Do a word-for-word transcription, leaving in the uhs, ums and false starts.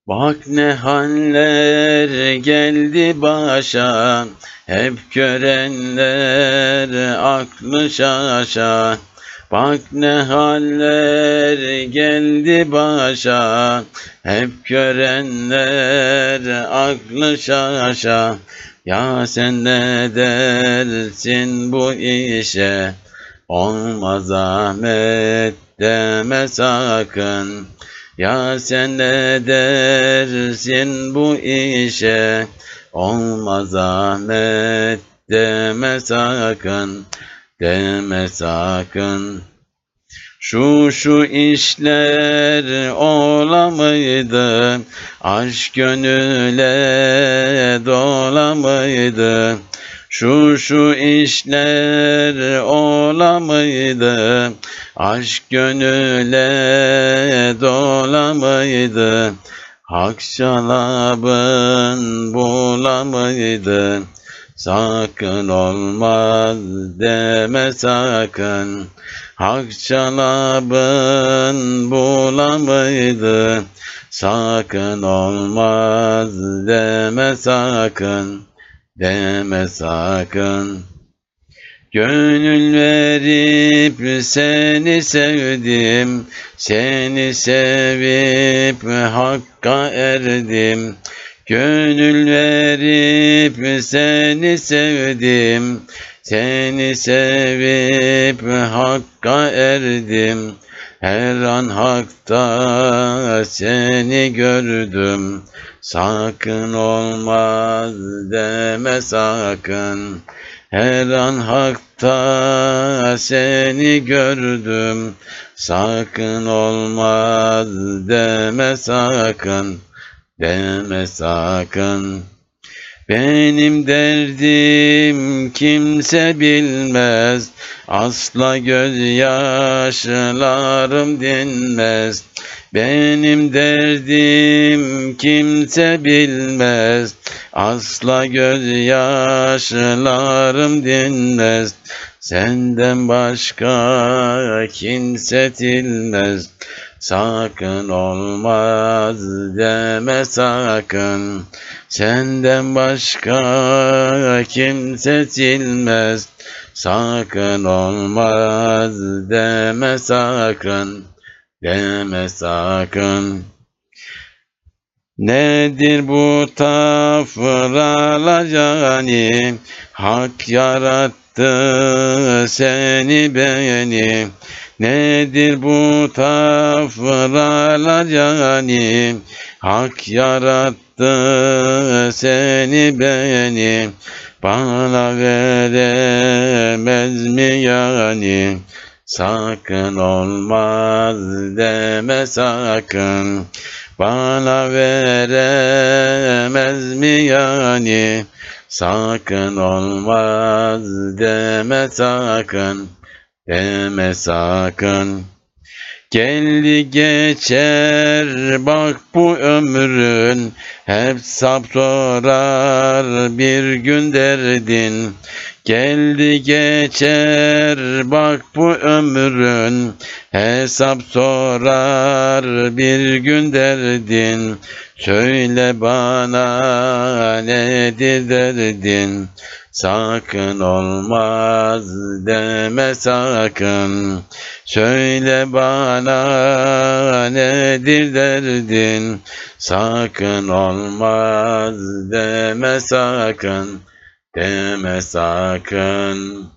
Bak ne haller geldi başa, hep görenler aklı şaşa. Bak ne haller geldi başa, hep görenler aklı şaşa. Ya sen ne dersin bu işe, olmaz Ahmet deme sakın. Ya sen ne dersin bu işe, olmaz Ahmet deme sakın, deme sakın. Şu şu işler ola mıydı, aşk gönüle dola mıydı? Şu şu işler ola mıydı, aşk gönüle dola mıydı? Hak şalabın bula mıydı? Sakın olmaz deme sakın. Hak şalabın bula mıydı? Sakın olmaz deme sakın, deme sakın. Gönül verip seni sevdim, seni sevip hakka erdim. Gönül verip seni sevdim, seni sevip hakka erdim. Her an hakta seni gördüm, sakın olmaz deme sakın. Her an hakta seni gördüm, sakın olmaz deme sakın, deme sakın. Benim derdim kimse bilmez, asla gözyaşlarım dinmez. Benim derdim kimse bilmez, asla gözyaşlarım dinmez. Senden başka kimse dinmez, sakın olmaz deme sakın. Senden başka kimse silmez, sakın olmaz deme sakın, deme sakın. Nedir bu tafralar cani, hak yarattı seni beni. Nedir bu tafralar cani, hak yarattı seni beni. Bana veremez mi yani, sakın olmaz deme sakın. Bana veremez mi yani, sakın olmaz deme sakın, deme sakın. Geldi geçer bak bu ömrün, hesap sorar bir gün derdin. Geldi geçer bak bu ömrün, hesap sorar bir gün derdin. Söyle bana nedir derdin, sakın olmaz deme sakın. Söyle bana nedir derdin, sakın olmaz deme sakın, deme sakın.